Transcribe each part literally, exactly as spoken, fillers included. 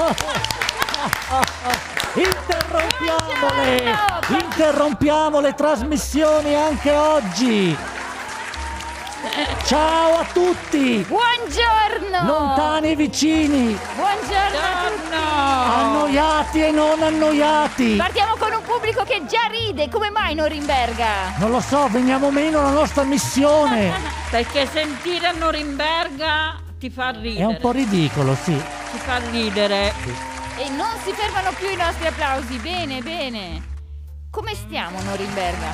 Interrompiamole! Interrompiamo le trasmissioni anche oggi! Ciao a tutti! Buongiorno! Lontani e vicini! Buongiorno a tutti! Annoiati e non annoiati! Partiamo con un pubblico che già ride, come mai Norimberga? Non lo so, veniamo meno alla nostra missione! Perché sentire Norimberga ti fa ridere. È un po' ridicolo, sì. Ti fa ridere. E non si fermano più i nostri applausi, bene, bene. Come stiamo Norimberga?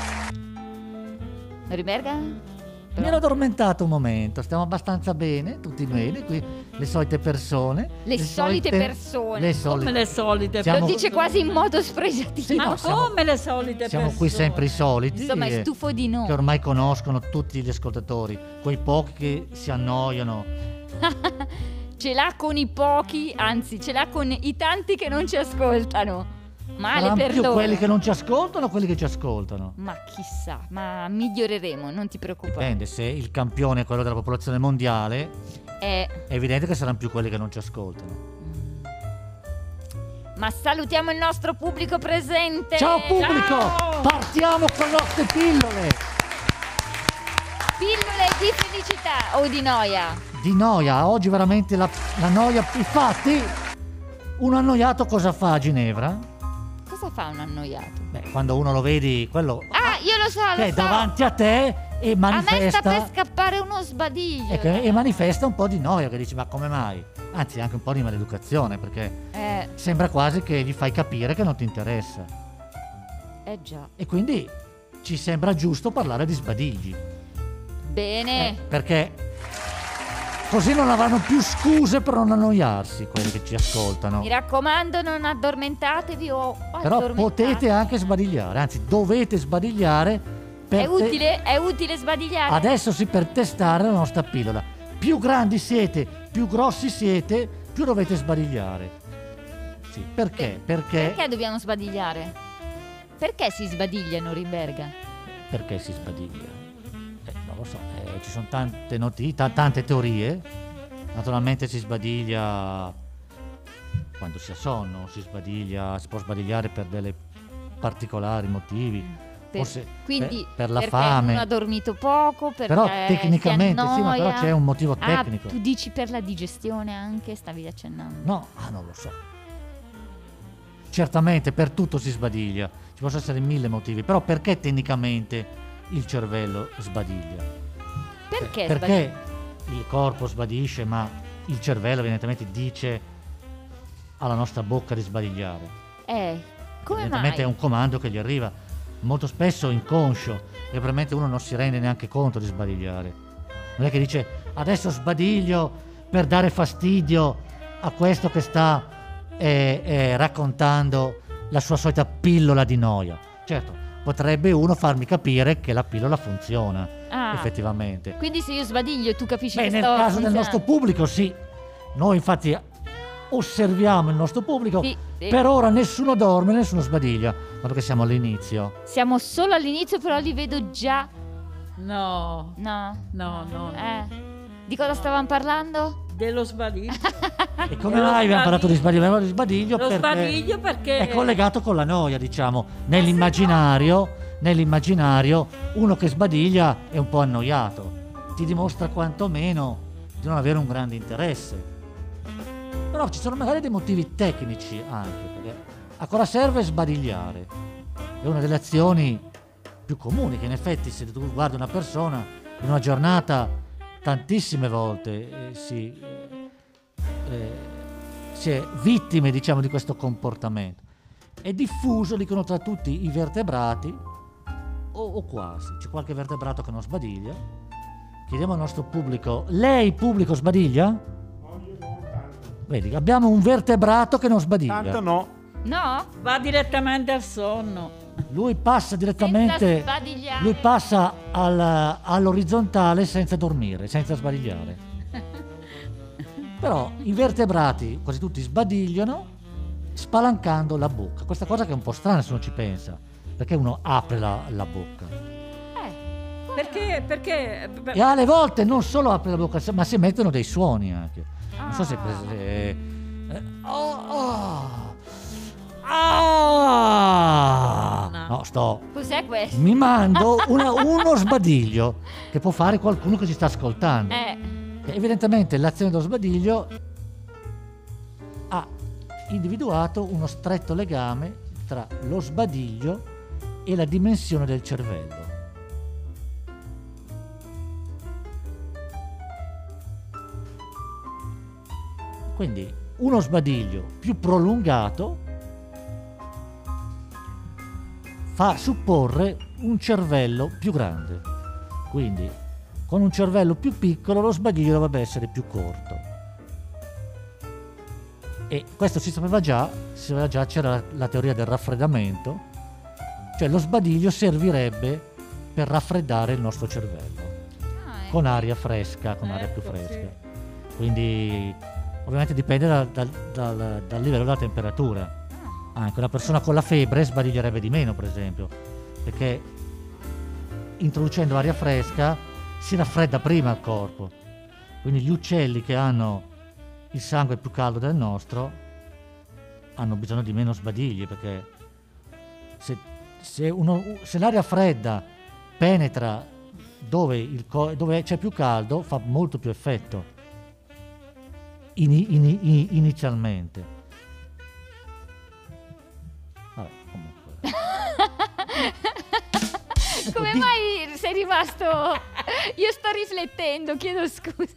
Norimberga? Mi ero addormentato un momento, stiamo abbastanza bene, tutti bene, qui le solite persone. Le, le solite persone. Le solite. Come le solite siamo... Lo dice quasi in modo spregiativo. Sì, no, Ma siamo... come le solite siamo persone? qui sempre i soliti. Insomma, è eh, stufo di noi. Che ormai conoscono tutti gli ascoltatori, quei pochi che si annoiano. Ce l'ha con i pochi, anzi ce l'ha con i tanti che non ci ascoltano. Male Saranno per più loro. quelli che non ci ascoltano o quelli che ci ascoltano? Ma chissà, ma miglioreremo, non ti preoccupare. Dipende, se il campione è quello della popolazione mondiale, È... è evidente che saranno più quelli che non ci ascoltano. Ma salutiamo il nostro pubblico presente. Ciao pubblico! Ciao! Partiamo con le nostre pillole! Pillole di felicità o di noia? Di noia, oggi veramente la, la noia. Infatti, un annoiato cosa fa a Ginevra? Cosa fa un annoiato? Beh, quando uno lo vedi, quello Ah, io lo so, che lo è so. davanti a te e A me sta manifesta per scappare uno sbadiglio. e, che- e manifesta un po' di noia, che dici ma come mai? Anzi, anche un po' di maleducazione, perché Eh, sembra quasi che gli fai capire che non ti interessa. eh già. E quindi ci sembra giusto parlare di sbadigli. Bene. Eh, perché così non avranno più scuse per non annoiarsi quelli che ci ascoltano. Mi raccomando, non addormentatevi o Però addormentate. potete anche sbadigliare, anzi dovete sbadigliare per È te- utile? È utile sbadigliare? adesso sì, per testare la nostra pillola. Più grandi siete, più grossi siete, più dovete sbadigliare. Sì, perché? Perché? Perché dobbiamo sbadigliare? Perché si sbadiglia Norimberga? Perché si sbadiglia? Eh, non lo so, eh, ci sono tante notizie, tante teorie. Naturalmente si sbadiglia quando si ha sonno, si sbadiglia, si può sbadigliare per delle particolari motivi. Per- Forse quindi per, per la perché fame. uno ha dormito poco, perché Però si tecnicamente sì, ma però annoia. c'è un motivo Ah, tecnico. tu dici per la digestione anche, stavi accennando. No, ah, non lo so. Certamente per tutto si sbadiglia, ci possono essere mille motivi, però perché tecnicamente il cervello sbadiglia? Perché? Perché il corpo sbadisce, ma il cervello evidentemente dice alla nostra bocca di sbadigliare. Eh, come Evidentemente mai? è un comando che gli arriva molto spesso inconscio e probabilmente uno non si rende neanche conto di sbadigliare. Non è che dice adesso sbadiglio per dare fastidio a questo che sta eh, eh, raccontando la sua solita pillola di noia. Certo, potrebbe uno farmi capire che la pillola funziona Ah, effettivamente. quindi se io sbadiglio e tu capisci Beh, che nel sto caso del funzionando. nostro pubblico sì. Noi infatti osserviamo il nostro pubblico. Sì, sì. Per ora nessuno dorme, nessuno sbadiglia. Guarda che siamo all'inizio. Siamo solo all'inizio, però li vedo già. No, No. no, no. no. Eh. Di cosa stavamo parlando? Dello sbadiglio. E come Lo mai abbiamo parlato di sbadiglio? Abbiamo parlato di sbadiglio Lo perché sbadiglio perché è collegato con la noia, diciamo. Nell'immaginario, nell'immaginario, uno che sbadiglia è un po' annoiato. Ti dimostra quantomeno di non avere un grande interesse. Però ci sono magari dei motivi tecnici anche, perché a cosa serve sbadigliare? È una delle azioni più comuni, che in effetti se tu guardi una persona in una giornata tantissime volte eh, si, eh, eh, si è vittime, diciamo, di questo comportamento. È diffuso, dicono, tra tutti i vertebrati, o, o quasi. C'è qualche vertebrato che non sbadiglia. Chiediamo al nostro pubblico: lei pubblico sbadiglia? Vedi, abbiamo un vertebrato che non sbadiglia. Tanto no. No? va direttamente al sonno. Lui passa Senza direttamente, sbadigliare. lui passa al- all'orizzontale senza dormire, senza sbadigliare. Però i vertebrati quasi tutti sbadigliano spalancando la bocca. Questa cosa che è un po' strana se uno ci pensa, perché uno apre la, la bocca. Eh, Perché? Perché? E alle volte non solo apre la bocca, ma si mettono dei suoni anche. Non so se, se- Eh, oh, oh. Ah! No. No, sto. Cos'è questo? Mi mando una- uno sbadiglio che può fare qualcuno che ci sta ascoltando. Eh, Evidentemente l'azione dello sbadiglio ha individuato uno stretto legame tra lo sbadiglio e la dimensione del cervello. Quindi uno sbadiglio più prolungato fa supporre un cervello più grande. Quindi con un cervello più piccolo lo sbadiglio dovrebbe essere più corto. E questo si sapeva già, si sapeva già, c'era la, la teoria del raffreddamento, cioè lo sbadiglio servirebbe per raffreddare il nostro cervello ah, ecco. con aria fresca, con aria più Ecco, fresca. sì. Quindi ovviamente dipende dal, dal- dal- dal livello della temperatura. Anche una persona con la febbre sbadiglierebbe di meno, per esempio, perché introducendo aria fresca si raffredda prima il corpo. Quindi gli uccelli che hanno il sangue più caldo del nostro hanno bisogno di meno sbadigli, perché se, se uno- se l'aria fredda penetra dove, il co- dove c'è più caldo fa molto più effetto ini- ini- ini- inizialmente. Vabbè, comunque. Come di- mai sei rimasto? Io sto riflettendo, chiedo scusa.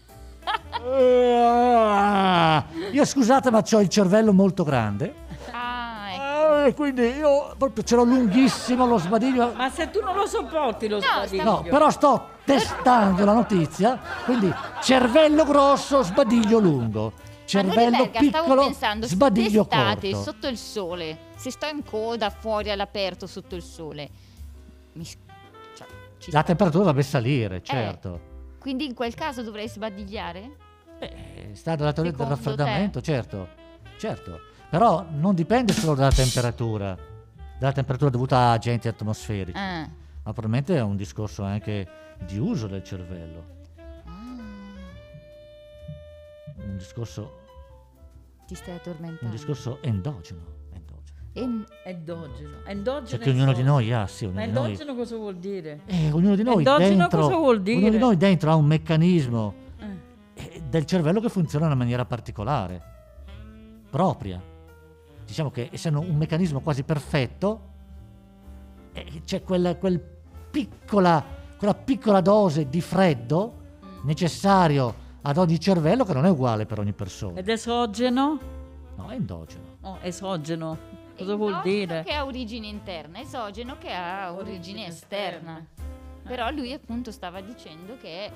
Ah, io scusate, ma ho il cervello molto grande. Ah, ecco. Ah, e quindi io proprio ce l'ho lunghissimo lo sbadiglio. Ma se tu non lo sopporti lo sbadiglio. No, però sto testando la notizia, quindi cervello grosso, sbadiglio lungo. Ma Cervello Norimberga, stavo piccolo, pensando, sbadiglio d'estate, corto. sotto il sole, se sto in coda fuori all'aperto sotto il sole, mi s- cioè, ci La sta. temperatura dovrebbe salire, certo. Quindi in quel caso dovrei sbadigliare? Eh, sta dalla teoria del Secondo te? raffreddamento, certo, certo. Però non dipende solo dalla temperatura, dalla temperatura dovuta a agenti atmosferici, Ah. ma probabilmente è un discorso anche di uso del cervello, un discorso, Ti stai un addormentando. discorso endogeno. endogeno. En- Endogeno. Endogeno Cioè è che ognuno di cosa? noi ha, sì, Ma ognuno di noi. endogeno cosa vuol dire? Eh, ognuno di noi Endogeno dentro, cosa vuol ognuno di dire? noi dentro ha un meccanismo Eh. eh, del cervello che funziona in una maniera particolare, propria. Diciamo che essendo un meccanismo quasi perfetto, eh, c'è quella, quel piccola, quella piccola dose di freddo necessario ad ogni cervello che non è uguale per ogni persona. Ed esogeno? No, è endogeno. No, esogeno. Cosa vuol endogeno dire? che ha origine interna, esogeno che ha origine Origine esterna. esterna. Però lui appunto stava dicendo che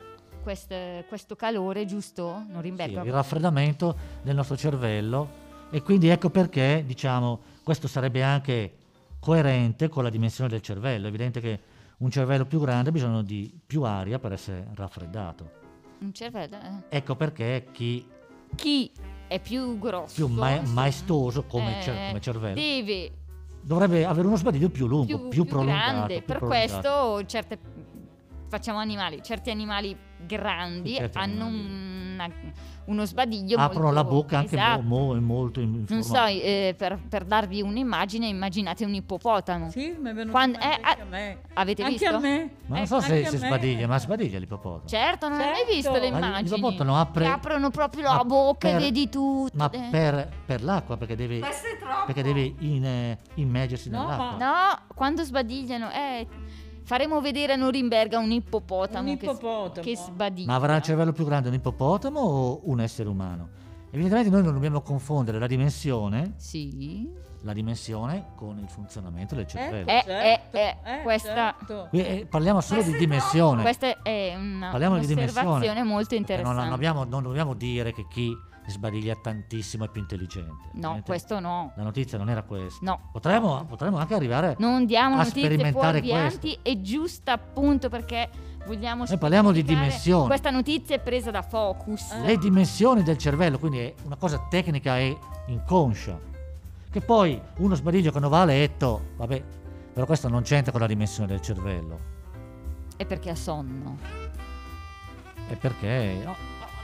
quest- questo calore, giusto? Sì, Norimberga. il raffreddamento del nostro cervello, e quindi ecco perché, diciamo, questo sarebbe anche coerente con la dimensione del cervello. È evidente che un cervello più grande ha bisogno di più aria per essere raffreddato. Un cervello. eh. Ecco perché chi Chi è più grosso, più ma- insomma, maestoso come, cer- eh, come cervello deve dovrebbe avere uno sbadiglio più lungo, più, più, più prolungato. grande. più Per prolungato. questo certe facciamo animali, certi animali grandi Certi hanno animali. una- uno sbadiglio Aprono molto, la bocca anche esatto. mo- mo- molto in, in Non forma- so, eh, per, per darvi un'immagine, immaginate un ippopotamo. Sì, mi è venuto Quando- in mente eh, anche ah, a me. avete Anche visto? a me. Ma non Eh, so se, anche a se me. sbadiglia, ma sbadiglia l'ippopotamo. Certo, non hai mai Certo. visto le Ma immagini? l'ippopotamo apre- Che aprono proprio ma la bocca per- e vedi tutto. Ma eh. per, per l'acqua, perché deve, Questo è troppo. perché deve in, eh, immergersi No, nell'acqua. No, quando sbadigliano, eh, faremo vedere a Norimberga un ippopotamo, Un che- ippopotamo. Che, sbadiglia. Ma avrà il cervello più grande un ippopotamo o un essere umano? Evidentemente noi non dobbiamo confondere la dimensione, Sì. la dimensione con il funzionamento del cervello. Eh, Certo, eh, eh, questa- certo. Qui, eh, parliamo solo di dimensione. Questa è una, Parliamo di un'osservazione dimensione. molto Perché interessante. Non, non abbiamo- non dobbiamo dire che chi sbadiglia tantissimo è più intelligente. No, Ovviamente questo no. La notizia non era questa. No. Potremmo, potremmo anche arrivare Non diamo a notizie sperimentare fuorvianti, è giusto appunto perché vogliamo Noi parliamo di specificare- dimensioni. Questa notizia è presa da Focus. le dimensioni del cervello, quindi è una cosa tecnica e inconscia. Che poi uno sbadiglio che non va a letto, vabbè, però questo non c'entra con la dimensione del cervello. È perché ha sonno. È perché no,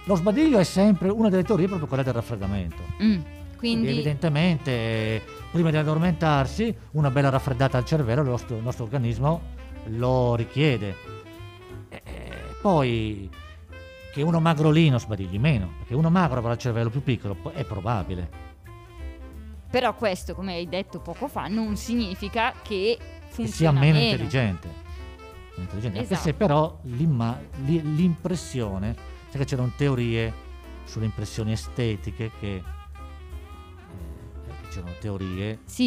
lo sbadiglio è sempre una delle teorie, proprio quella del raffreddamento. Mm, Quindi quindi evidentemente eh, prima di addormentarsi una bella raffreddata al cervello, il nostro, il nostro organismo lo richiede. E, e poi che uno magrolino sbadigli meno, perché uno magro avrà il cervello più piccolo, po- è probabile. però questo, come hai detto poco fa, non significa che Che sia funziona meno meno. intelligente. Meno intelligente. Anche Esatto. se però l'imma- li- l'impressione, sai che c'erano teorie sulle impressioni estetiche che, eh, che c'erano teorie Sì,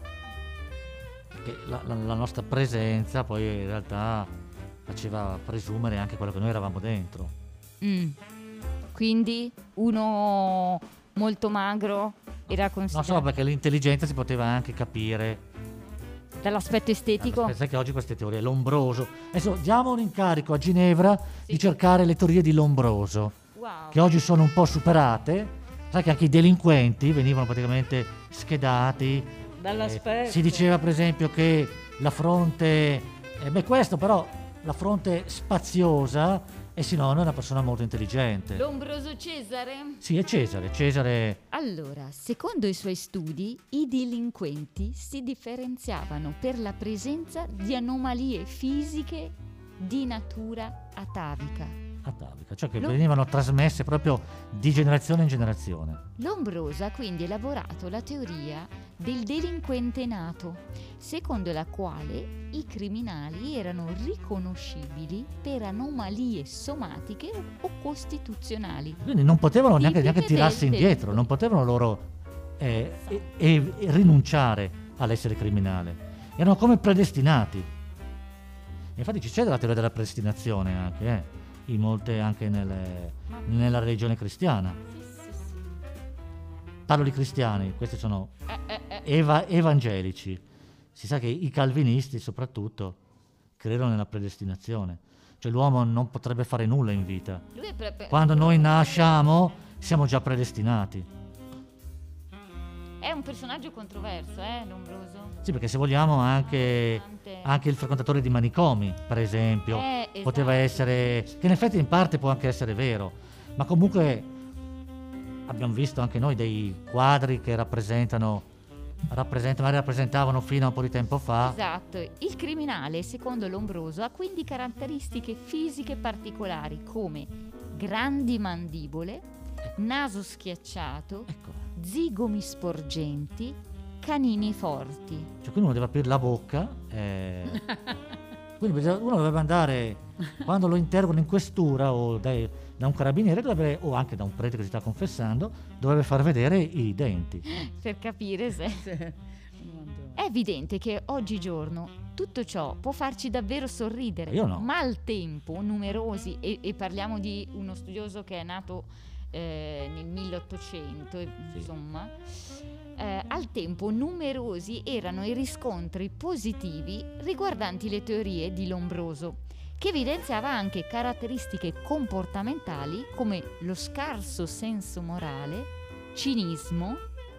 che la, la- la nostra presenza poi in realtà faceva presumere anche quello che noi eravamo dentro. mm. Quindi uno molto magro era Non considerato so, perché l'intelligenza si poteva anche capire. dall'aspetto estetico. Pensa che oggi queste teorie, Lombroso. Adesso diamo un incarico a Ginevra Sì. di cercare le teorie di Lombroso, Wow. che oggi sono un po' superate. Sai che anche i delinquenti venivano praticamente schedati. Dall'aspetto. Eh, si diceva per esempio che la fronte, eh, beh questo però, la fronte spaziosa è sinonimo di una persona molto intelligente. Lombroso Cesare? Sì, è Cesare. Cesare Allora, secondo i suoi studi, i delinquenti si differenziavano per la presenza di anomalie fisiche di natura atavica. atavica, cioè che Lo- venivano trasmesse proprio di generazione in generazione. Lombroso ha quindi elaborato la teoria del delinquente nato, secondo la quale i criminali erano riconoscibili per anomalie somatiche o costituzionali. Quindi non potevano neanche, Tipiche neanche tirarsi del indietro, tempo. non potevano loro eh, e- e- e rinunciare all'essere criminale. Erano come predestinati. E infatti ci c'è della teoria della predestinazione anche, eh, in molte, anche nelle- nella religione cristiana. Parlo di cristiani, questi sono Eh, eh, eh. eva- evangelici. Si sa che i calvinisti soprattutto credono nella predestinazione. Cioè l'uomo non potrebbe fare nulla in vita. Lui è pre- pre- Quando noi nasciamo siamo già predestinati. È un personaggio controverso, eh, Lombroso? Sì, perché se vogliamo anche, Tante- anche il frequentatore di manicomi, per esempio, Eh, esatto. poteva essere, che in effetti in parte può anche essere vero, ma comunque abbiamo visto anche noi dei quadri che rappresentano, rappresentano magari rappresentavano fino a un po' di tempo fa. Esatto, il criminale, secondo Lombroso, ha quindi caratteristiche fisiche particolari come grandi mandibole, naso schiacciato, Ecco, zigomi sporgenti, canini forti. cioè quindi uno deve aprire la bocca, eh, quindi bisogna- uno dovrebbe andare, quando lo interrogano in questura o dai- da un carabiniere dovrebbe- o anche da un prete che si sta confessando, dovrebbe far vedere i denti. Per capire se... Madonna. È evidente che oggigiorno tutto ciò può farci davvero sorridere, Io no. ma al tempo numerosi, e, e parliamo di uno studioso che è nato eh, nel milleottocento, e- Sì. insomma, eh, al tempo numerosi erano i riscontri positivi riguardanti le teorie di Lombroso, che evidenziava anche caratteristiche comportamentali come lo scarso senso morale, cinismo,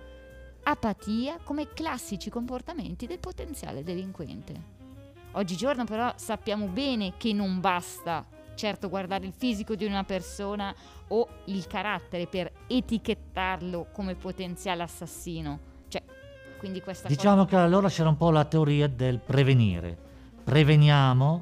apatia come classici comportamenti del potenziale delinquente. Oggigiorno però sappiamo bene che non basta certo guardare il fisico di una persona o il carattere per etichettarlo come potenziale assassino. Cioè, quindi questa Diciamo che allora c'era un po' la teoria del prevenire. Preveniamo,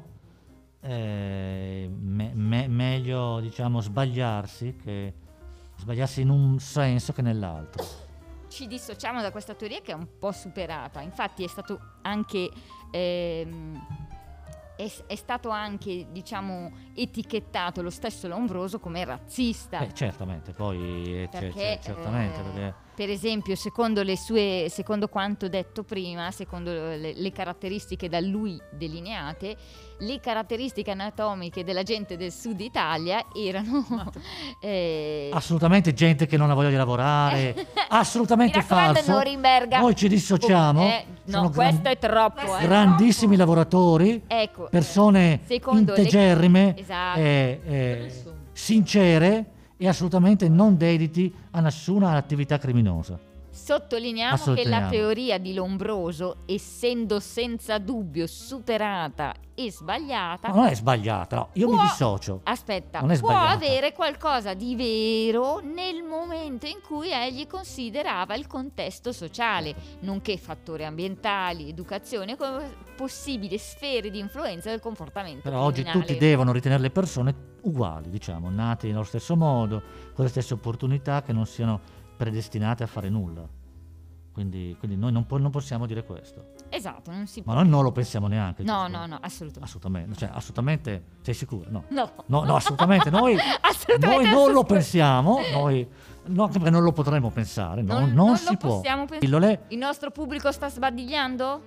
eh, me- me- meglio diciamo sbagliarsi che sbagliarsi in un senso che nell'altro. cosa ci dissociamo da questa teoria che è un po' superata. Infatti è stato anche ehm, è, è stato anche diciamo etichettato lo stesso Lombroso come razzista. Eh, certamente, poi eh, c'è- Perché, c'è- certamente, eh, perché per esempio, secondo le sue, secondo quanto detto prima, secondo le, le caratteristiche da lui delineate, le caratteristiche anatomiche della gente del sud Italia erano eh, assolutamente gente che non ha voglia di lavorare, assolutamente mi raccomando, falso. Norimberga. Noi ci dissociamo, Eh, no, sono gran- questo è troppo. eh. grandissimi lavoratori, Ecco, persone secondo le- integerrime, Esatto. eh, eh, sincere e assolutamente non dediti a nessuna attività criminosa. Sottolineiamo che la Sottolineiamo. teoria di Lombroso, essendo senza dubbio superata e sbagliata, Ma non è sbagliata, no, io mi Può- dissocio. aspetta, Non è può sbagliata. avere qualcosa di vero nel momento in cui egli considerava il contesto sociale, nonché fattori ambientali, educazione come possibili sfere di influenza del comportamento Però oggi criminale. tutti devono ritenere le persone uguali, diciamo, nate nello stesso modo, con le stesse opportunità, che non siano predestinate a fare nulla. Quindi, quindi noi non, po- non possiamo dire questo. Esatto, non si Ma può. noi non lo pensiamo neanche. No, giusto? no, no, assolutamente. Assolutamente, cioè, assolutamente, sei sicuro? No. No, No, no, assolutamente. Noi, Assolutamente noi non lo assolutamente. pensiamo, noi no, perché non lo potremmo pensare, no, Non- non, non si lo può. possiamo pensare. Pillole, Il nostro pubblico sta sbadigliando?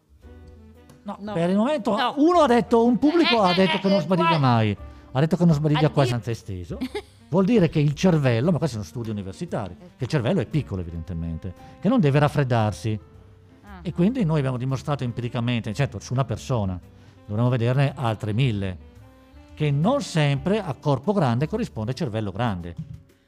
no, No. per il momento No. uno ha detto, un pubblico Eh, ha eh, detto eh, che non eh, sbadiglia qua- mai, ha detto che non sbadiglia A qua dire- senza esteso. Vuol dire che il cervello, ma questi sono studi universitari, che il cervello è piccolo evidentemente, che non deve raffreddarsi. Ah. E quindi noi abbiamo dimostrato empiricamente, certo su una persona, dovremmo vederne altre mille, che non sempre a corpo grande corrisponde cervello grande,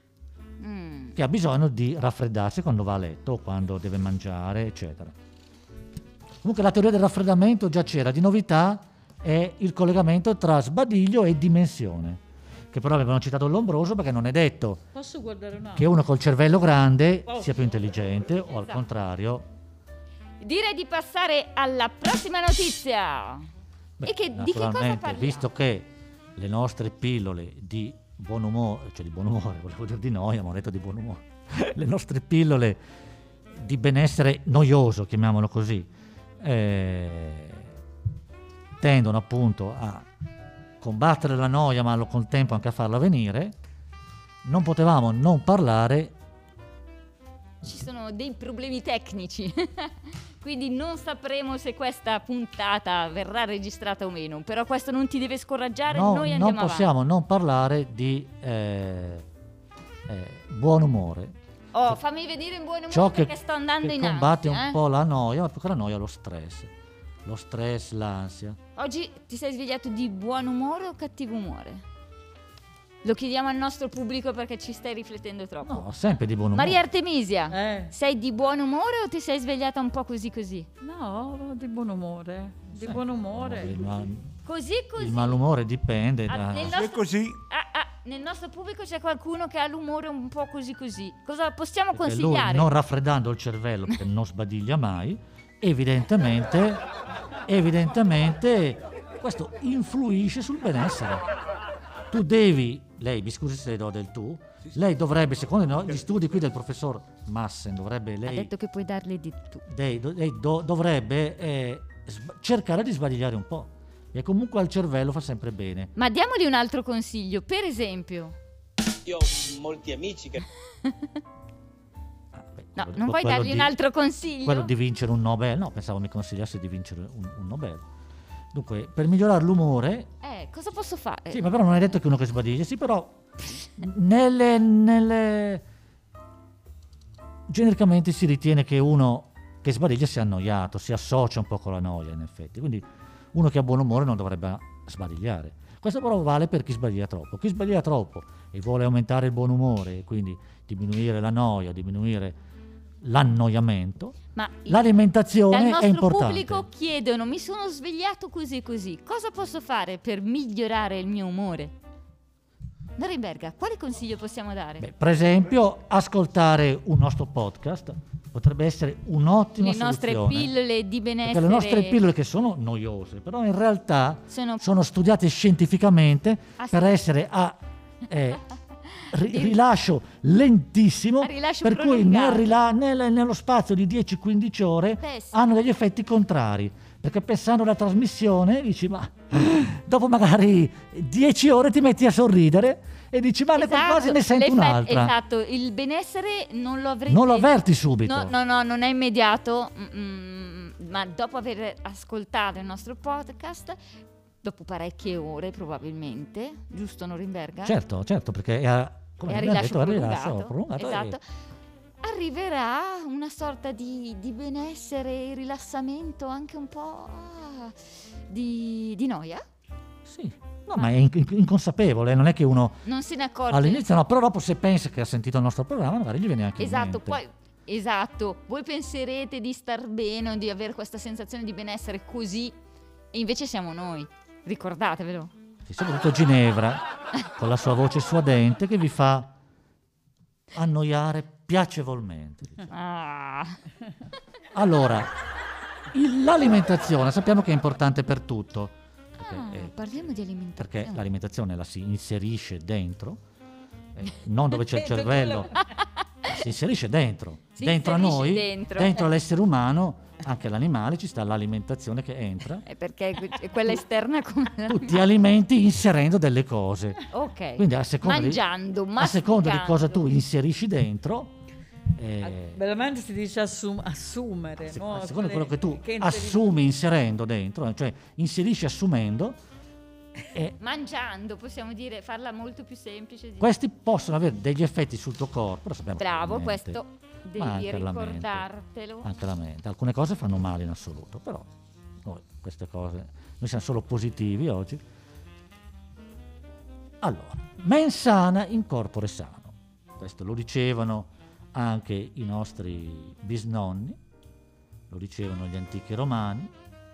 Mm. che ha bisogno di raffreddarsi quando va a letto, o quando deve mangiare, eccetera. Comunque la teoria del raffreddamento già c'era, di novità è il collegamento tra sbadiglio e dimensione, che però avevano citato Lombroso perché non è detto Posso guardare un che attimo? uno col cervello grande Oh. sia più intelligente o al Esatto. contrario. Direi di passare alla prossima notizia. Beh, e che, di che cosa naturalmente, parliamo? visto che le nostre pillole di buon umore, cioè di buon umore, volevo dire di noia, ma ho detto di buon umore, le nostre pillole di benessere noioso, chiamiamolo così, eh, tendono appunto a combattere la noia, ma allo contempo anche a farla venire, non potevamo non parlare. Ci sono dei problemi tecnici, quindi non sapremo se questa puntata verrà registrata o meno, però questo non ti deve scoraggiare, No, noi andiamo non possiamo non parlare di eh, eh, buon umore. avanti. Oh, fammi venire in buon umore Ciò che, perché sto andando che in combatte ansia, un eh. po' la noia, ma più che la noia lo stress. Lo stress, l'ansia. Oggi ti sei svegliato di buon umore o cattivo umore? Lo chiediamo al nostro pubblico perché ci stai riflettendo troppo. No, sempre di buon umore. Maria Artemisia, Eh, sei di buon umore o ti sei svegliata un po' così così? no, di buon umore. Di Sì. buon umore. Il, mal- Così così. il malumore dipende Ah, da... nel Se nostro- è così, Ah, ah, nel nostro pubblico c'è qualcuno che ha l'umore un po' così così. Cosa possiamo perché lui, consigliare? non raffreddando il cervello, perché non sbadiglia mai, evidentemente, evidentemente questo influisce sul benessere. Tu devi, lei, mi scusi se le do del tu, lei dovrebbe, secondo no- gli studi qui del professor Massen, dovrebbe Ha lei, detto che puoi darle di tu. lei, do- lei do- dovrebbe eh, sb- cercare di sbadigliare un po', e comunque al cervello fa sempre bene. Ma diamogli un altro consiglio, per esempio. Io ho molti amici che Ah, beh, No, quello- non vuoi quello dargli di- un altro consiglio? Quello di vincere un Nobel, no, pensavo mi consigliasse di vincere un, un Nobel. Dunque, per migliorare l'umore, Eh, cosa posso fare? sì, ma però non è detto che uno che sbadiglia, sì, però nelle, nelle... genericamente si ritiene che uno che sbadiglia sia annoiato, si associa un po' con la noia in effetti, quindi uno che ha buon umore non dovrebbe sbadigliare. Questo però vale per chi sbaglia troppo. Chi sbaglia troppo e vuole aumentare il buon umore e quindi diminuire la noia, diminuire l'annoiamento, Ma l'alimentazione dal è nostro importante. pubblico chiedono, mi sono svegliato così così, cosa posso fare per migliorare il mio umore? Norimberga, quale consiglio possiamo dare? Beh, per esempio, ascoltare un nostro podcast potrebbe essere un'ottima Le nostre soluzione. pillole di benessere. Perché le nostre pillole, che sono noiose, però in realtà Sono- sono studiate scientificamente Ah, sì? per essere a eh, ri- Di- rilascio lentissimo, A rilascio per cui nel prolungato. rila- nel- nello spazio di dieci quindici ore Beh, sì. hanno degli effetti contrari. Perché pensando alla trasmissione dici, ma dopo magari dieci ore ti metti a sorridere e dici, ma ne Esatto, quasi ne sento l'effetto- un'altra. Esatto, il benessere non lo avrei Non lo avverti subito. No, no, no, non è immediato, mm, mm, ma dopo aver ascoltato il nostro podcast, dopo parecchie ore probabilmente, giusto Norimberga? Certo, certo, perché è a, come E a abbiamo rilascio detto, è a prolungato, rilascio prolungato e- esatto. Arriverà una sorta di, di benessere e rilassamento, anche un po' ah, di, di noia. Sì, no, ma è in- in- inconsapevole, non è che uno Non se ne accorge. all'inizio no, però dopo se pensa che ha sentito il nostro programma magari gli viene anche in Esatto, mente. poi esatto, voi penserete di star bene o di avere questa sensazione di benessere così e invece siamo noi, ricordatevelo. Sì, soprattutto Ginevra con la sua voce suadente che vi fa annoiare piacevolmente, diciamo. Ah. Allora, il- l'alimentazione sappiamo che è importante per tutto, perché, Ah, eh, parliamo di alimentazione. perché l'alimentazione la si inserisce dentro, eh, non dove c'è il Dentro cervello, si inserisce dentro, Si dentro a inserisce noi, dentro. dentro all'essere umano, anche l'animale, ci sta l'alimentazione che entra, È perché è quella esterna come la- tutti alimenti inserendo delle cose. Ok. Quindi a seconda, Mangiando, di, a seconda di cosa tu masticando. inserisci dentro, eh, Veramente si dice assum- assumere, a se- no? a seconda di quello che tu Che inserisci- assumi inserendo dentro, cioè inserisci assumendo, e Mangiando, possiamo dire, farla molto più semplice. di- questi possono avere degli effetti sul tuo corpo. Però sappiamo che Bravo, la mente- questo ma devi anche la mente, ricordartelo. anche la mente. Alcune cose fanno male in assoluto, però noi queste cose, noi siamo solo positivi oggi. Allora, mens sana in corpore sano. Questo lo dicevano anche i nostri bisnonni, lo dicevano gli antichi romani.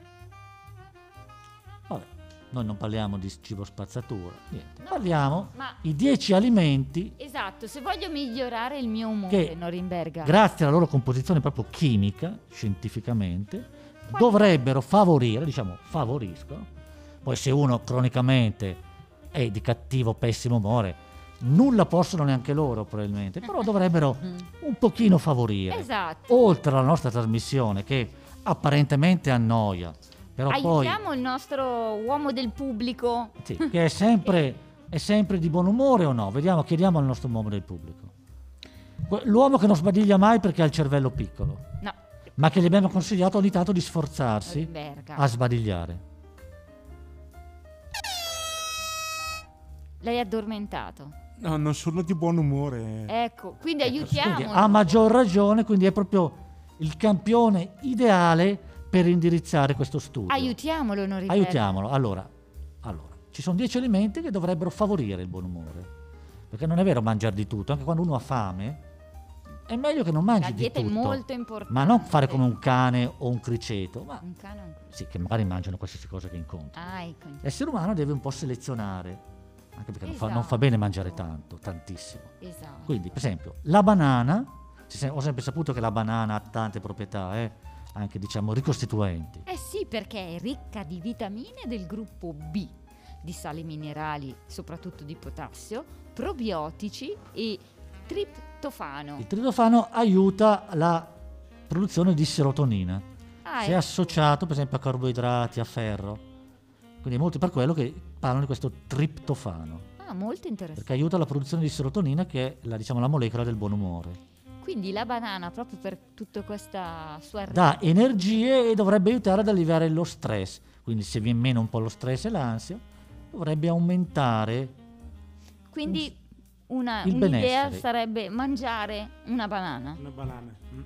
Vabbè, noi non parliamo di cibo spazzatura, niente. No, Parliamo ma- i dieci alimenti Esatto, se voglio migliorare il mio umore, che, Norimberga. grazie alla loro composizione proprio chimica, scientificamente, dovrebbero favorire, diciamo, favoriscono. Poi se uno cronicamente è di cattivo, pessimo umore, nulla possono neanche loro probabilmente, però dovrebbero un pochino favorire. Esatto. Oltre alla nostra trasmissione che apparentemente annoia, però poi Aiutiamo il nostro uomo del pubblico. sì, che è sempre, è sempre di buon umore o no? Vediamo, chiediamo al nostro uomo del pubblico. Que- L'uomo che non sbadiglia mai perché ha il cervello piccolo, No, ma che gli abbiamo consigliato ogni tanto di sforzarsi Norimberga. a sbadigliare. Lei è addormentato. No, non sono di buon umore. Ecco, quindi Quindi aiutiamolo. ha maggior ragione, quindi è proprio il campione ideale per indirizzare questo studio. Aiutiamolo, Norimberga. Aiutiamolo. Allora, allora, ci sono dieci alimenti che dovrebbero favorire il buon umore. Perché non è vero mangiare di tutto, anche quando uno ha fame, è meglio che non mangi La di dieta è tutto. molto importante. Ma non fare come un cane o un criceto, ma Un cane o un cane. sì, che magari mangiano qualsiasi cosa che incontrano. Ah, ecco. L'essere umano deve un po' selezionare, anche perché non, fa, non fa Esatto. bene mangiare tanto, tantissimo. Esatto. Quindi, per esempio, la banana, si se- ho sempre saputo che la banana ha tante proprietà, eh, anche diciamo ricostituenti. Eh sì, perché è ricca di vitamine del gruppo B, di sali minerali, soprattutto di potassio, probiotici e triptofano. Il tritofano aiuta la produzione di serotonina, Ah, se è ecco. associato per esempio a carboidrati, a ferro. Quindi è molto per quello che parlano di questo triptofano, Ah, molto interessante. perché aiuta la produzione di serotonina che è la, diciamo, la molecola del buon umore. Quindi la banana, proprio per tutta questa sua Dà energie e dovrebbe aiutare ad alleviare lo stress. Quindi se viene meno un po' lo stress e l'ansia, dovrebbe aumentare Quindi una, il un'idea benessere. sarebbe mangiare una banana. Una banana. Mm.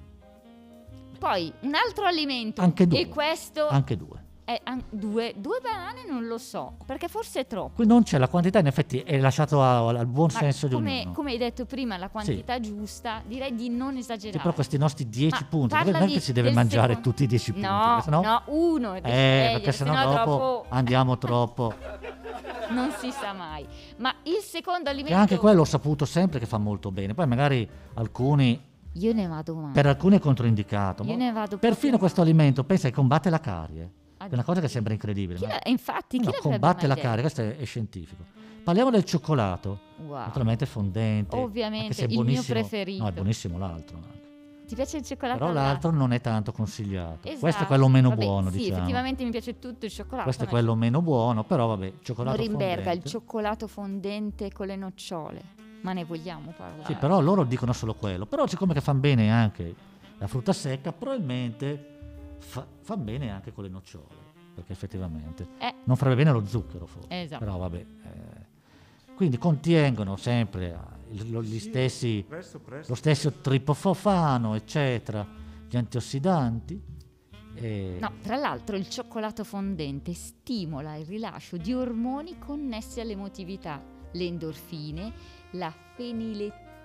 Poi un altro alimento. anche due. E questo Anche due. è an- due, due banane non lo so, perché forse è troppo. Qui non c'è la quantità, in effetti è lasciato a- al buon Ma senso di come, ognuno. come hai detto prima, la quantità giusta, direi di non Sì, esagerare. però questi nostri dieci Ma punti, parla non è di- che si deve del mangiare secondo- tutti i dieci punti, No, perché sennò- no, uno. Eh, meglio, perché sennò sennò dopo troppo andiamo troppo. non si sa mai. Ma il secondo E alimento. anche quello ho saputo sempre che fa molto bene. Poi magari alcuni, Io ne vado male. per alcuni è controindicato. Io ma ne vado perfino proprio questo alimento, pensa che combatte la carie. Ah, È una cosa che sembra incredibile. Chi ma- la- infatti, chi no, l'avrebbe combatte mai la detto? carie, questo è, è scientifico. Parliamo del cioccolato, Wow. naturalmente fondente. Ovviamente, anche se è il mio buonissimo- preferito. No, è buonissimo l'altro. anche. Ti piace il cioccolato? Però al latte? l'altro non è tanto consigliato. Esatto. Questo è quello meno Vabbè, buono, sì, diciamo. effettivamente mi piace tutto il cioccolato. Questo è ma quello meno buono, però vabbè, cioccolato Norimberga, il fondente. cioccolato fondente con le nocciole. Ma ne vogliamo parlare? Sì, però loro dicono solo quello. Però siccome che fanno bene anche la frutta secca, probabilmente fa, fa bene anche con le nocciole. Perché effettivamente Eh. non farebbe bene lo zucchero forse. Esatto. Però vabbè. eh. Quindi contengono sempre eh, il- lo- gli stessi, Presto, presto. lo stesso triptofano, eccetera, gli antiossidanti. E No, tra l'altro il cioccolato fondente stimola il rilascio di ormoni connessi all'emotività, le endorfine, la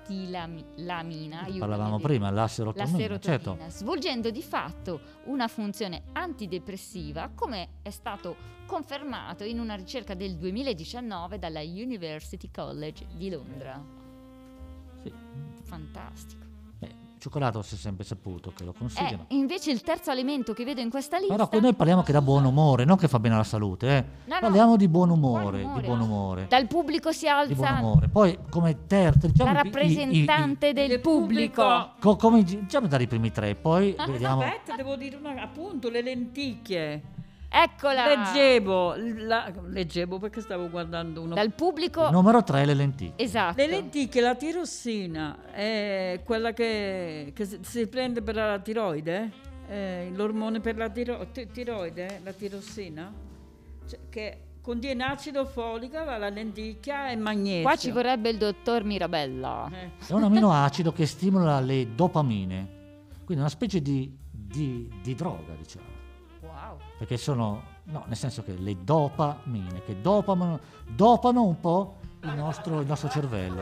acetilcolamina, aiutami Parlavamo a dire. prima, la la serotonina, serotonina, certo. svolgendo di fatto una funzione antidepressiva, come è stato confermato in una ricerca del duemiladiciannove dalla University College di Londra. Sì. Fantastico. Beh, il cioccolato si è sempre saputo che lo Eh, consigliano. invece il terzo alimento che vedo in questa lista, Però qui noi parliamo che dà buon umore, non che fa bene alla salute, eh. No, no, Parliamo di buon umore, buon umore. di buon umore. dal pubblico si Di buon alza umore. Poi come terzo, diciamo la i- i- i- rappresentante del Del pubblico. pubblico. co- come diciamo dare i primi tre, poi Ah, vediamo. aspetta, devo dire una, appunto le lenticchie. Eccola. Leggevo, la- leggevo perché stavo guardando uno. Dal pubblico. Il numero tre le lenticchie. Esatto. Le lenticchie, la tirossina è quella che, che si- si prende per la tiroide, eh, l'ormone per la tiro- ti- tiroide, la tirossina, cioè, che contiene acido folico, la la lenticchia e magnesio. Qua ci vorrebbe il dottor Mirabella. Eh, È un aminoacido che stimola le dopamine, quindi una specie di, di- di droga, diciamo. Wow. Perché sono, no, nel senso che le dopamine, che dopamano, dopano un po' il nostro, il nostro cervello.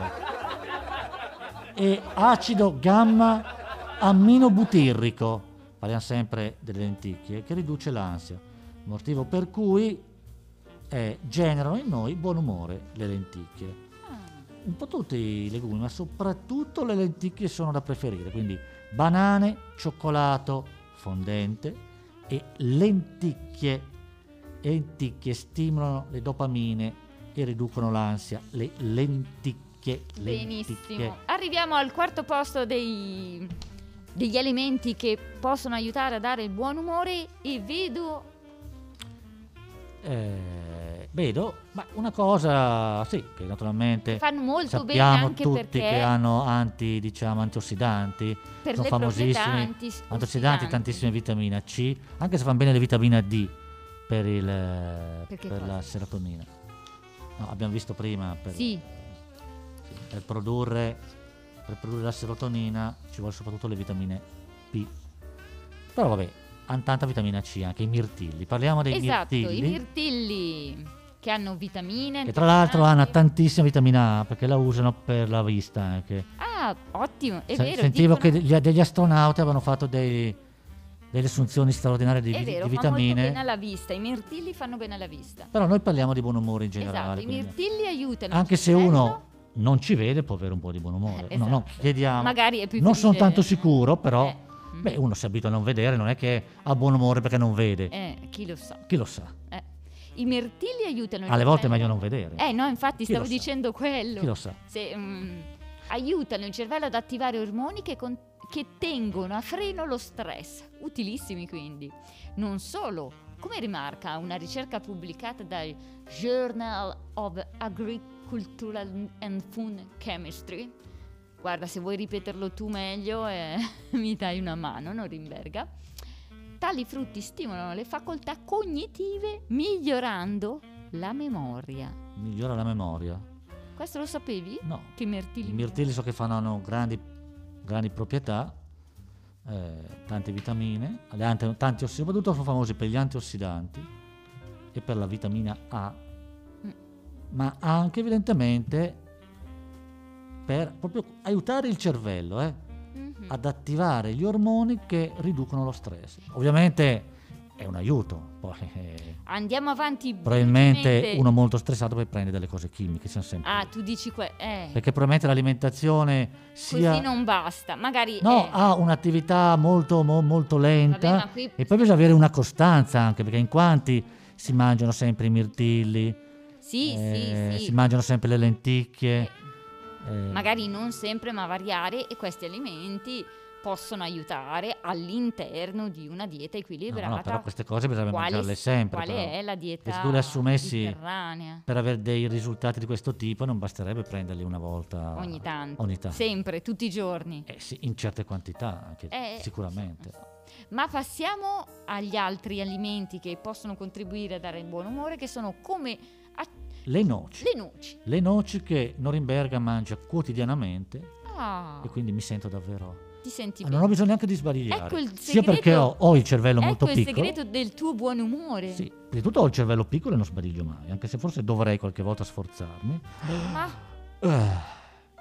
E acido gamma aminobutirrico, parliamo sempre delle lenticchie, che riduce l'ansia, motivo per cui eh, generano in noi buon umore le lenticchie. Un po' tutti i legumi, ma soprattutto le lenticchie sono da preferire, quindi banane, cioccolato fondente e lenticchie. Lenticchie stimolano le dopamine e riducono l'ansia. Le lenticchie. lenticchie. Benissimo. Arriviamo al quarto posto dei, degli alimenti che possono aiutare a dare il buon umore e vedo Eh, vedo, ma una cosa, sì, che naturalmente fanno molto bene sappiamo anche tutti perché che hanno anti, diciamo, antiossidanti, per sono le famosissimi. proprietà anti- Antiossidanti, ossidanti. tantissime vitamina C, anche se fanno bene le vitamina D per, il, Perché per cosa? la serotonina. No, abbiamo visto prima, per, Sì, sì, per produrre, per produrre la serotonina ci vuole soprattutto le vitamine B. Però vabbè, hanno tanta vitamina C anche i mirtilli. Parliamo dei esatto, i mirtilli, mirtilli che hanno vitamine. che tra l'altro hanno antiossidanti. tantissima vitamina A perché la usano per la vista anche. Ah, ottimo, è Se- vero. Sentivo dicono- che degli, degli astronauti avevano fatto dei- delle assunzioni straordinarie di, è vi- vero, di fa molto bene vitamine. alla vista, i mirtilli fanno bene alla vista. Però noi parliamo di buon umore in Esatto, generale. i quindi mirtilli aiutano. anche il se cervello. uno non ci vede può avere un po' di buon umore. Eh, No, no, esatto. chiediamo. Magari è più non sono felice- tanto sicuro, però Eh, mm. beh, uno si abitua a non vedere, non è che ha buon umore perché non vede. Eh, chi lo sa. Chi lo sa? Eh. I mirtilli aiutano il Alle volte è cervello. meglio non vedere. Eh no, infatti Chi stavo lo sa? dicendo quello. Chi lo sa? Se, mm, aiutano il cervello ad attivare ormoni che, con- che tengono a freno lo stress. Utilissimi quindi. Non solo, come rimarca una ricerca pubblicata dal Journal of Agricultural and Food Chemistry. Guarda, se vuoi ripeterlo tu meglio eh, mi dai una mano, Norimberga. Tali frutti stimolano le facoltà cognitive migliorando la memoria. Migliora la memoria. Questo lo sapevi? No. Che i mirtilli... I mirtilli so che fanno, hanno grandi, grandi proprietà, eh, tante vitamine, le anti, tanti, soprattutto sono famosi per gli antiossidanti e per la vitamina A, Mm. ma anche evidentemente per proprio aiutare il cervello eh, Mhm. ad attivare gli ormoni che riducono lo stress. Ovviamente è un aiuto, poi eh, Andiamo avanti. probabilmente velocemente. uno molto stressato poi prende delle cose chimiche, siamo sempre Ah, lì. tu dici que- eh, Perché probabilmente l'alimentazione sia così non basta. Magari no, eh, ha un'attività molto, mo- molto lenta Vabbè, ma qui- e poi bisogna avere una costanza anche perché in quanti si mangiano sempre i mirtilli, sì, eh, sì, sì. si mangiano sempre le lenticchie. eh, Magari non sempre, ma variare, e questi alimenti possono aiutare all'interno di una dieta no, equilibrata. no, però queste cose bisogna Quale- mangiarle sempre. Quale però. è la dieta Se tu le assumessi mediterranea? per avere dei risultati di questo tipo non basterebbe prenderli una volta Ogni tanto, ogni tanto. sempre, tutti i giorni. Eh sì, in certe quantità anche, Eh, sicuramente. Ma passiamo agli altri alimenti che possono contribuire a dare il buon umore, che sono come a- Le noci. le noci. Le noci che Norimberga mangia quotidianamente Ah, e quindi mi sento davvero... ti senti Ah, bene. non ho bisogno neanche di sbadigliare, Ecco il sia segreto- perché ho, ho il cervello molto ecco il piccolo. segreto del tuo buon umore. Sì, prima di tutto ho il cervello piccolo e non sbadiglio mai, anche se forse dovrei qualche volta sforzarmi. Ma Ah.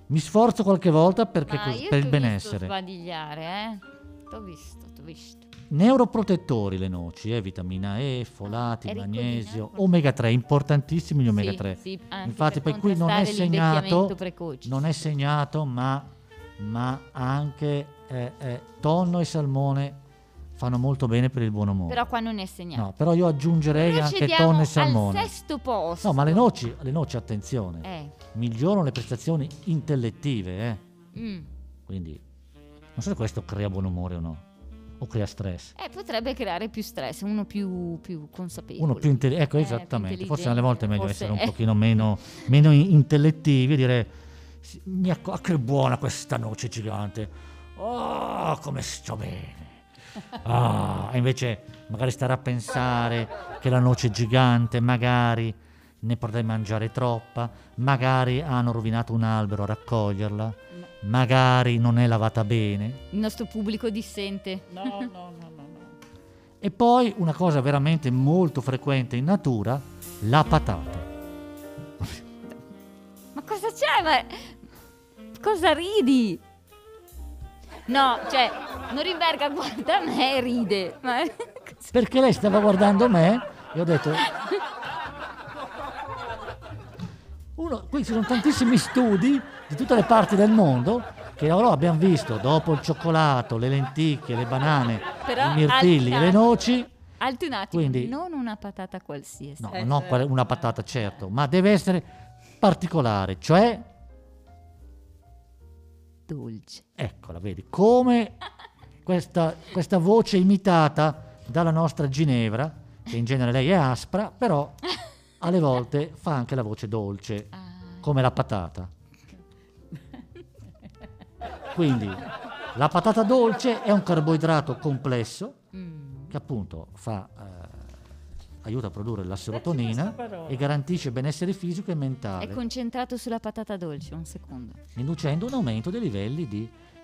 Mi sforzo qualche volta perché Ma cos- io per il t'ho visto benessere. sbadigliare, eh. T'ho visto, t'ho visto. Neuroprotettori le noci, eh, vitamina E, folati, è ricco di magnesio, neuropro- omega tre, importantissimi gli omega Sì, tre. sì, anche Infatti per poi qui non è contrastare l'invecchiamento segnato, precoce. non è segnato, ma, ma anche eh, eh, tonno e salmone fanno molto bene per il buon umore. Però qua non è segnato. No, però io aggiungerei anche Procediamo tonno e al salmone. sesto posto. No, ma le noci, le noci, attenzione, Eh. migliorano le prestazioni intellettive, eh. Mm. Quindi non so se questo crea buon umore o no, o crea stress. Eh, potrebbe creare più stress, uno più, più consapevole. Uno più intelligente, ecco, Eh, esattamente. più Forse alle volte è meglio intelligente, essere un forse, eh. pochino meno, meno in- intellettivi e dire "Sì, mi acco- ah, che buona questa noce gigante, oh come sto bene". Ah, e invece magari stare a pensare che la noce è gigante, magari ne potrei mangiare troppa, magari hanno rovinato un albero a raccoglierla, magari non è lavata bene. Il nostro pubblico dissente. No, no, no, no, no. E poi una cosa veramente molto frequente in natura, la patata. Ma cosa c'è? Ma cosa ridi? No, cioè, Norimberga guarda me e ride. Ma... Perché lei stava guardando me e ho detto... Uno, qui ci sono tantissimi studi di tutte le parti del mondo che loro abbiamo visto, dopo il cioccolato, le lenticchie, le banane, Però i mirtilli alti- e le noci. Alti un attimo, Quindi- non una patata qualsiasi. No, Eh, no, certo. quale- una patata certo, ma deve essere particolare, cioè, Dolce. eccola, vedi, come questa, questa voce imitata dalla nostra Ginevra, che in genere lei è aspra, però alle volte fa anche la voce dolce, Ah, come la patata. Quindi la patata dolce è un carboidrato complesso mm. che appunto fa, eh, aiuta a produrre la questa serotonina parola. e garantisce benessere fisico e È mentale, concentrato sulla patata dolce, un secondo. inducendo un aumento dei livelli di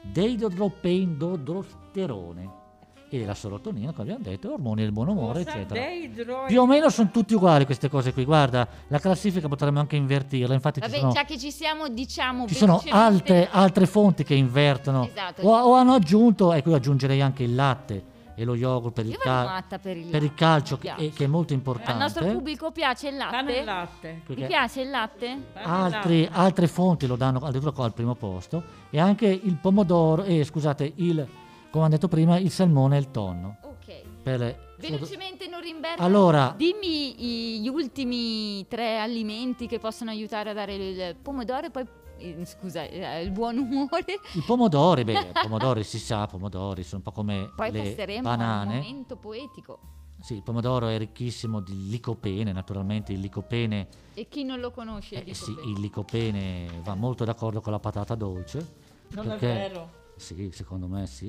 deidrodosterone e la serotonina, come abbiamo detto, ormoni del buon umore, Cosa? eccetera. Deidro- Più o meno sono tutti uguali queste cose qui. Guarda, la classifica potremmo anche invertirla. Infatti ci Vabbè, sono, già che ci siamo, diciamo ci sono velocemente- altre, altre fonti che invertono Esatto. o, o hanno aggiunto, ecco io aggiungerei anche il latte e lo yogurt per il, Io vado cal- matta per il per il latte, calcio mi che, piace. che è molto Al nostro importante. pubblico piace il Pane e latte? latte. Ti Perché piace il latte? Pane e altri- latte. altre fonti lo danno addirittura qua al primo posto e anche il pomodoro, eh, scusate, il, come ho detto prima, il salmone e il tonno. Ok. Per le- Velocemente Norimberga, Allora, dimmi i- gli ultimi tre alimenti che possono aiutare a dare il pomodoro e poi, eh, scusa, eh, il buon umore. i pomodori, beh, i pomodori si sa, pomodori sono un po' come Poi le passeremo a un banane. momento poetico. Sì, il pomodoro è ricchissimo di licopene, naturalmente il licopene, E chi non lo conosce? eh, dico sì, bene. il licopene va molto d'accordo con la patata dolce. Non perché- è vero. Sì, secondo me sì.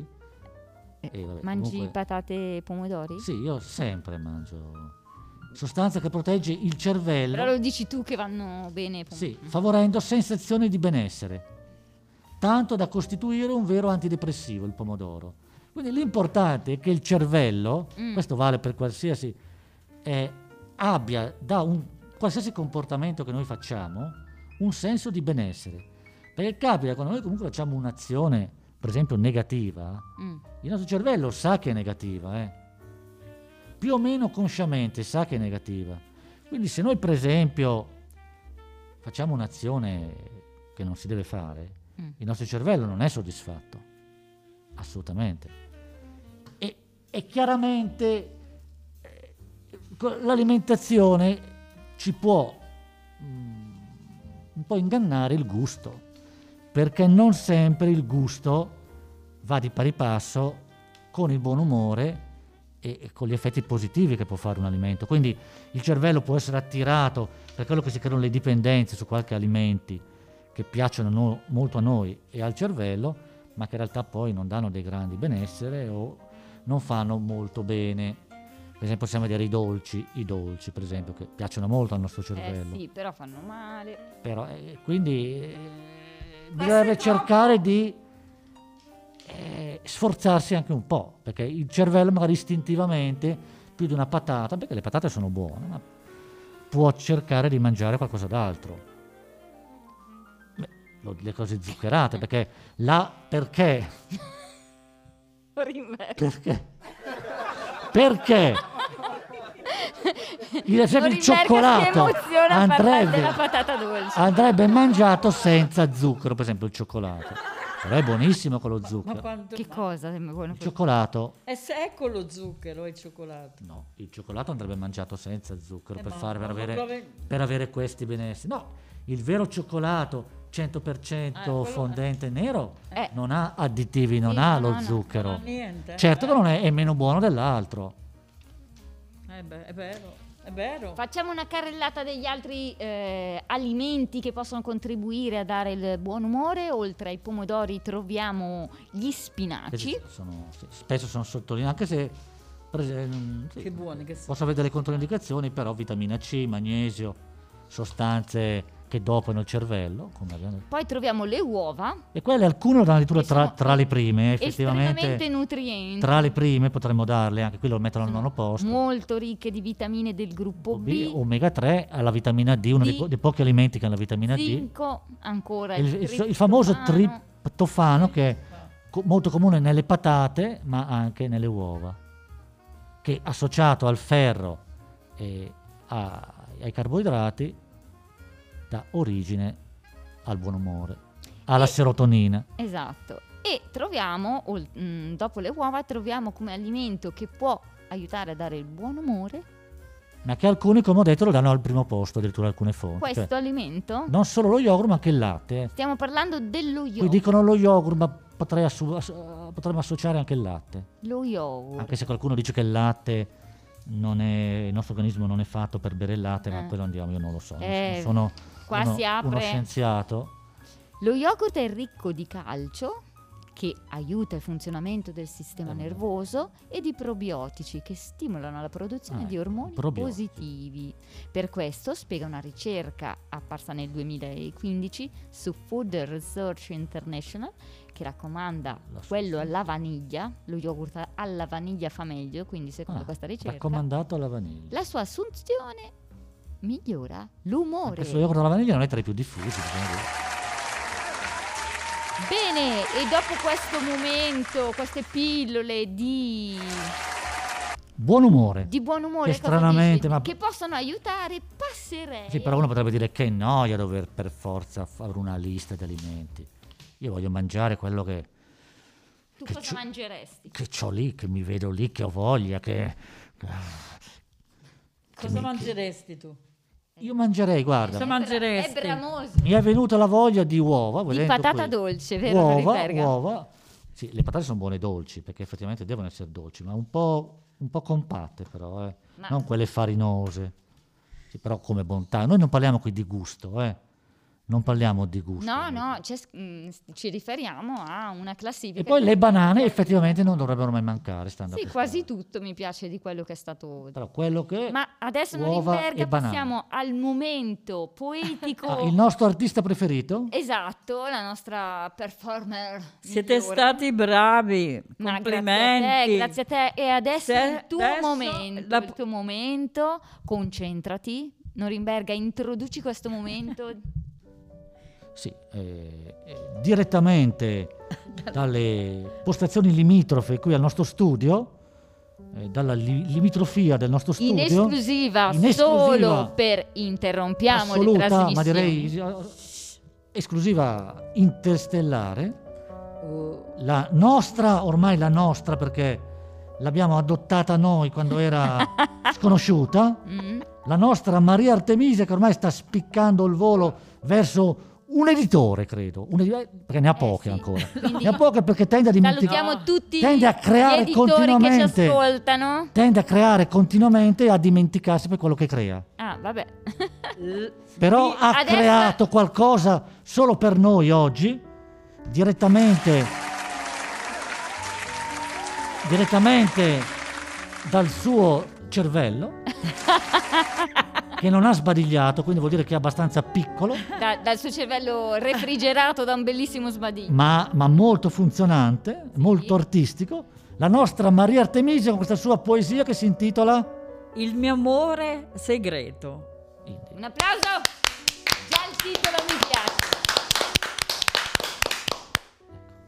E vabbè, Mangi comunque- patate e pomodori? Sì, io sempre mangio sostanza che protegge il cervello, Però lo dici tu che vanno bene i pomodori. sì, favorendo sensazioni di benessere, tanto da costituire un vero antidepressivo il pomodoro. Quindi l'importante è che il cervello, Mm. questo vale per qualsiasi, eh, abbia da un qualsiasi comportamento che noi facciamo un senso di benessere. Perché capita quando noi comunque facciamo un'azione, per esempio negativa, Mm. il nostro cervello sa che è negativa, eh. più o meno consciamente sa che è negativa. Quindi se noi per esempio facciamo un'azione che non si deve fare, Mm. il nostro cervello non è soddisfatto, assolutamente. E, e chiaramente eh, co- l'alimentazione ci può mm, un po' ingannare il gusto, perché non sempre il gusto va di pari passo con il buon umore e e con gli effetti positivi che può fare un alimento. Quindi il cervello può essere attirato per quello che si creano le dipendenze su qualche alimenti che piacciono no- molto a noi e al cervello, ma che in realtà poi non danno dei grandi benessere o non fanno molto bene. Per esempio possiamo vedere i dolci, i dolci per esempio, che piacciono molto al nostro Eh cervello. sì, però fanno male. Però, eh, quindi eh, bisognerebbe cercare di eh, sforzarsi anche un po', perché il cervello magari istintivamente più di una patata, perché le patate sono buone, ma può cercare di mangiare qualcosa d'altro. Beh, lo- le cose zuccherate, perché la perché perché perché in effetti il cioccolato andrebbe, la patata dolce. andrebbe mangiato senza zucchero, per esempio il cioccolato, però è buonissimo con lo Ma zucchero. quanto... Che cosa? Sembra buono Il questo. cioccolato, È secco lo zucchero e il cioccolato. no, il cioccolato andrebbe mangiato senza zucchero Eh, per ma- fare per ma avere, prove- per avere questi benesseri. No, il vero cioccolato cento per Eh, cento quello- fondente nero Eh. non ha additivi, non Sì, ha no, lo no, no. zucchero. Non ha niente. Certo che non è, è meno buono dell'altro. Eh beh, è vero, è vero. Facciamo una carrellata degli altri eh, alimenti che possono contribuire a dare il buon umore. Oltre ai pomodori troviamo gli spinaci. Questi sono- sì, spesso sono sottolineati, anche se per esempio, sì, Che buoni che sono. posso avere delle controindicazioni, però vitamina C, magnesio, sostanze che dopano il cervello, come abbiamo detto. Poi troviamo le uova, E quelle alcune erano addirittura Che tra, sono tra le prime, estremamente effettivamente. nutrienti, Tra le prime potremmo darle, anche qui lo mettono al sono nono posto. molto ricche di vitamine del gruppo B, omega tre, alla vitamina D, uno dei, D, po- dei pochi alimenti che ha la vitamina D. zinco, ancora Il, il, il- il famoso triptofano. triptofano, che è co- molto comune nelle patate ma anche nelle uova, che associato al ferro e a- ai carboidrati dà origine al buon umore, alla E- serotonina. Esatto. E troviamo, ol- mh, dopo le uova, troviamo come alimento che può aiutare a dare il buon umore Ma che alcuni, come ho detto, lo danno al primo posto, addirittura alcune fonti. questo Cioè, alimento. non solo lo yogurt ma anche il latte. eh. Stiamo parlando dello Qui yogurt. dicono lo yogurt, ma potrei assu- ass- potremmo associare anche il latte. Lo yogurt. Anche se qualcuno dice che il latte non è, il nostro organismo non è fatto per bere il latte, ma Eh. quello andiamo, io non lo so. non Eh, sono qua uno, si apre- uno scienziato. Lo yogurt è ricco di calcio, che aiuta il funzionamento del sistema Eh, nervoso, e di probiotici che stimolano la produzione Ah, di ormoni probiotici. positivi. Per questo, spiega una ricerca apparsa nel duemilaquindici su Food Research International, che raccomanda La quello sua- alla vaniglia, lo yogurt alla vaniglia fa meglio, quindi secondo Ah, questa ricerca raccomandato alla vaniglia. la sua assunzione migliora l'umore. Questo yogurt alla vaniglia non è tra i più diffusi. bisogna dire. Bene, e dopo questo momento, queste pillole di, Buon umore. di buon umore, Che cosa stranamente, dici? ma- che possono aiutare, passerei. Sì, però uno potrebbe dire che noia dover per forza fare una lista di alimenti. Io voglio mangiare quello che, Tu che cosa ci- mangeresti? che ho lì, che mi vedo lì, che ho voglia, che... Cosa mi- mangeresti tu? Io mangerei, guarda, Cosa mangeresti? È bramoso. mi è venuta la voglia di uova. Di vedendo patata qui. dolce, vero? Uova, Norimberga? uova. Sì, le patate sono buone dolci, perché effettivamente devono essere dolci, ma un po', un po' compatte però, eh. Ma- non quelle farinose. Sì, però come bontà. Noi non parliamo qui di gusto, eh. Non parliamo di gusto. No, no, c'è- mm, ci riferiamo a una classifica. E poi che- le banane effettivamente non dovrebbero mai mancare, stando a Sì, quest'ora. quasi tutto mi piace di quello che è stato. Però quello che... Ma adesso uova Norimberga e banane. passiamo al momento poetico. Ah, il nostro artista preferito? Esatto, la nostra performer. Siete migliore. stati bravi, Ma complimenti. Grazie a te, grazie a te. E adesso Se- il tuo adesso momento, la- il tuo momento, concentrati. Norimberga, introduci questo momento. Sì, eh, eh, direttamente dalle postazioni limitrofe qui al nostro studio, eh, dalla li- limitrofia del nostro studio. In esclusiva, in esclusiva solo per interrompiamo le assoluta, trasmissioni. ma direi eh, esclusiva interstellare, Oh, la nostra, ormai la nostra perché l'abbiamo adottata noi quando era sconosciuta, Mm? la nostra Maria Artemisia che ormai sta spiccando il volo verso un editore, credo, un edi- eh, perché ne ha poche sì. ancora. Quindi Ne ha poche perché tende a dimenticare, Salutiamo tutti tende a creare gli editori che ci continuamente, ascoltano. tende a creare continuamente e a dimenticarsi per quello che crea. Ah, vabbè. l- Però Sì, ha adesso- creato qualcosa solo per noi oggi, direttamente, direttamente dal suo cervello, che non ha sbadigliato, quindi vuol dire che è abbastanza piccolo, Da- dal suo cervello refrigerato da un bellissimo sbadiglio. ma, ma molto funzionante, molto artistico. La nostra Maria Artemisia con questa sua poesia che si intitola il mio amore segreto. Un applauso. Già il titolo mi piace.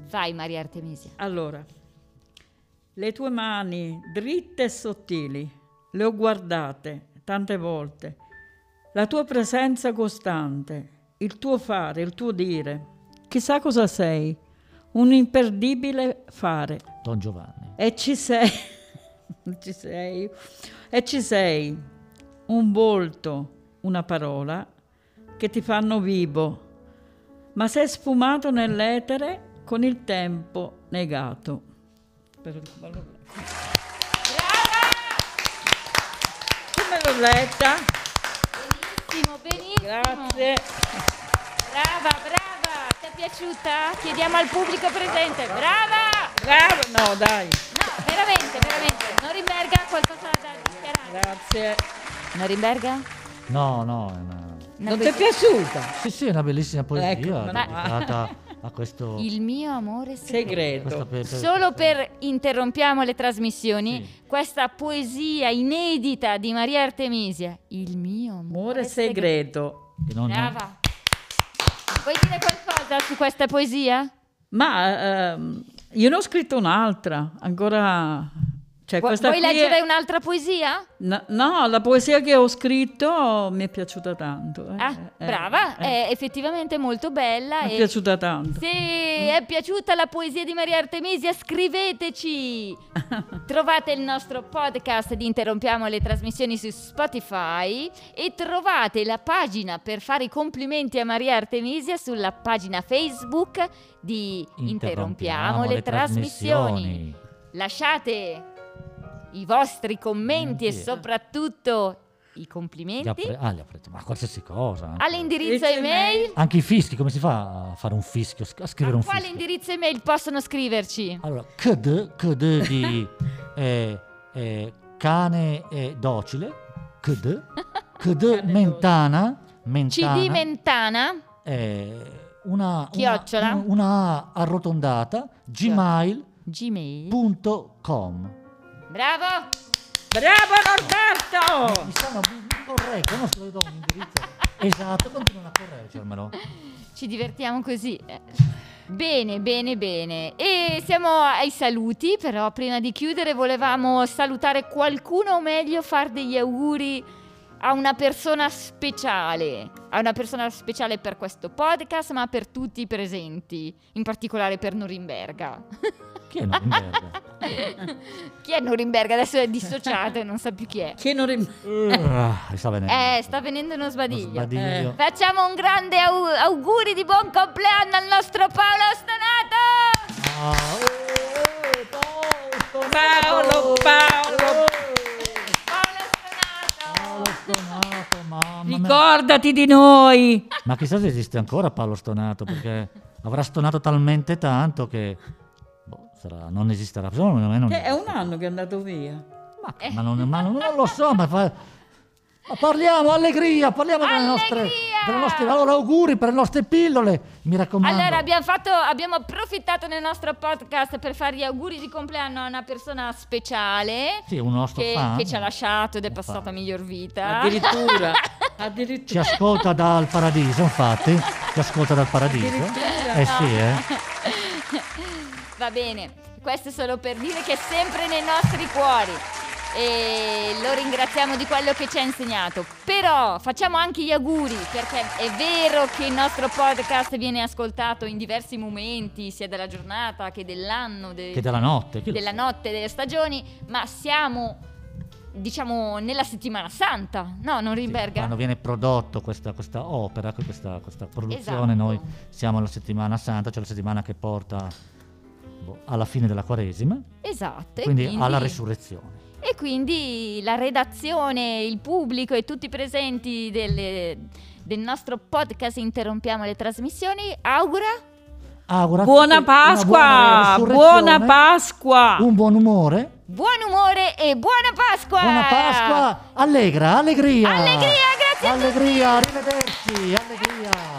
Vai Maria Artemisia. Allora, le tue mani dritte e sottili, le ho guardate tante volte, la tua presenza costante, il tuo fare, il tuo dire, chissà cosa sei, un imperdibile fare. Don Giovanni. E ci sei, ci sei, e ci sei, un volto, una parola che ti fanno vivo, ma sei sfumato nell'etere con il tempo negato. Brava! Come l'ho letta? Benissimo, benissimo. Grazie. Brava, brava. Ti è piaciuta? Chiediamo al pubblico presente. Brava! Brava! No, dai. No, veramente, veramente. Norimberga, qualcosa da dichiarare? Grazie. Norimberga? No, no, è una... Una Non ti è poesia- piaciuta? Sì, sì, è una bellissima poesia Ecco, ma no. dedicata a questo... Il mio amore segreto. questo Segreto. per- per- Solo per interrompiamo le trasmissioni, Sì. questa poesia inedita di Maria Artemisia. Il mio amore, Amore segreto. che non- Brava. Vuoi dire qualcosa su questa poesia? Ma ehm, io ne ho scritto un'altra, ancora... Cioè, Vu- questa Vuoi qui è- leggere un'altra poesia? No, no, la poesia che ho scritto mi è piaciuta tanto. eh. Ah, Eh, brava, eh, è effettivamente molto bella. mi è e piaciuta tanto. se è piaciuta la poesia di Maria Artemisia, scriveteci. Trovate il nostro podcast di Interrompiamo le trasmissioni su Spotify e trovate la pagina per fare i complimenti a Maria Artemisia sulla pagina Facebook di Interrompiamo, le, trasmissioni. Lasciate i vostri commenti e Sì. soprattutto i Gli complimenti appre- ah, gli appre- ma qualsiasi cosa. anche. all'indirizzo It's email. Anche i fischi, come si fa a fare un fischio, a scrivere A un quale fischio? indirizzo email possono scriverci? Allora, kd, kd di eh, eh, cane eh, docile, kd, kd mentana, mentana, C D Mentana, eh, una, Chiocciola. una, una arrotondata, gmail punto com. Gmail. Bravo! Bravo Norberto! Mi stanno mi, mi correggo, non so, do un indirizzo esatto, continuano a correggermelo. Ci divertiamo così. Bene, bene, bene. E siamo ai saluti, però prima di chiudere volevamo salutare qualcuno, o meglio far degli auguri a una persona speciale, a una persona speciale per questo podcast, ma per tutti i presenti, in particolare per Norimberga. Chi è Norimberga? Chi è Norimberga? Adesso è dissociato e non sa più chi è. Che non rim- Uh, sta venendo. Eh, sta venendo uno Lo sbadiglio. sbadiglio. Facciamo un grande au- auguri di buon compleanno al nostro Paolo Stonato! Ah, eh, Paolo, Paolo, Paolo! Paolo Stonato! Paolo Stonato, mamma mia. Ricordati di noi! Ma chissà se esiste ancora Paolo Stonato, perché avrà stonato talmente tanto che boh, sarà, non esisterà. Secondo me non Che è un esiste. anno che è andato via. Ma, ma non, ma non- non lo so, ma, fa- ma parliamo, allegria, parliamo delle nostre, Allegria! delle nostre. Allora, auguri per le nostre pillole, mi raccomando. Allora abbiamo fatto, abbiamo approfittato nel nostro podcast per fare gli auguri di compleanno a una persona speciale Sì, un nostro che, fan. che ci ha lasciato ed è Un passata fan. miglior vita. Addirittura. Ci Addirittura. ascolta dal paradiso, infatti. Ci ascolta dal paradiso. Addirittura. Eh sì, eh. Va bene, questo è solo per dire che è sempre nei nostri cuori e lo ringraziamo di quello che ci ha insegnato. Però facciamo anche gli auguri, perché è vero che il nostro podcast viene ascoltato in diversi momenti, sia della giornata che dell'anno, de- Che della notte. chi lo della notte, delle stagioni, ma siamo, diciamo, nella settimana santa, no, non Sì, Rimberga? quando viene prodotto questa, questa opera, questa, questa produzione, Esatto. noi siamo alla settimana santa, cioè la settimana che porta boh, alla fine della Quaresima, Esatto. e quindi, alla resurrezione. E quindi la redazione, il pubblico e tutti i presenti delle- del nostro podcast Interrompiamo le trasmissioni augura Augura a Buona tutti una Pasqua! buona resurrezione, Buona Pasqua! un buon umore, buon umore e buona Pasqua! buona Pasqua, allegra, allegria, Allegria, grazie a tutti! allegria, arrivederci, allegria.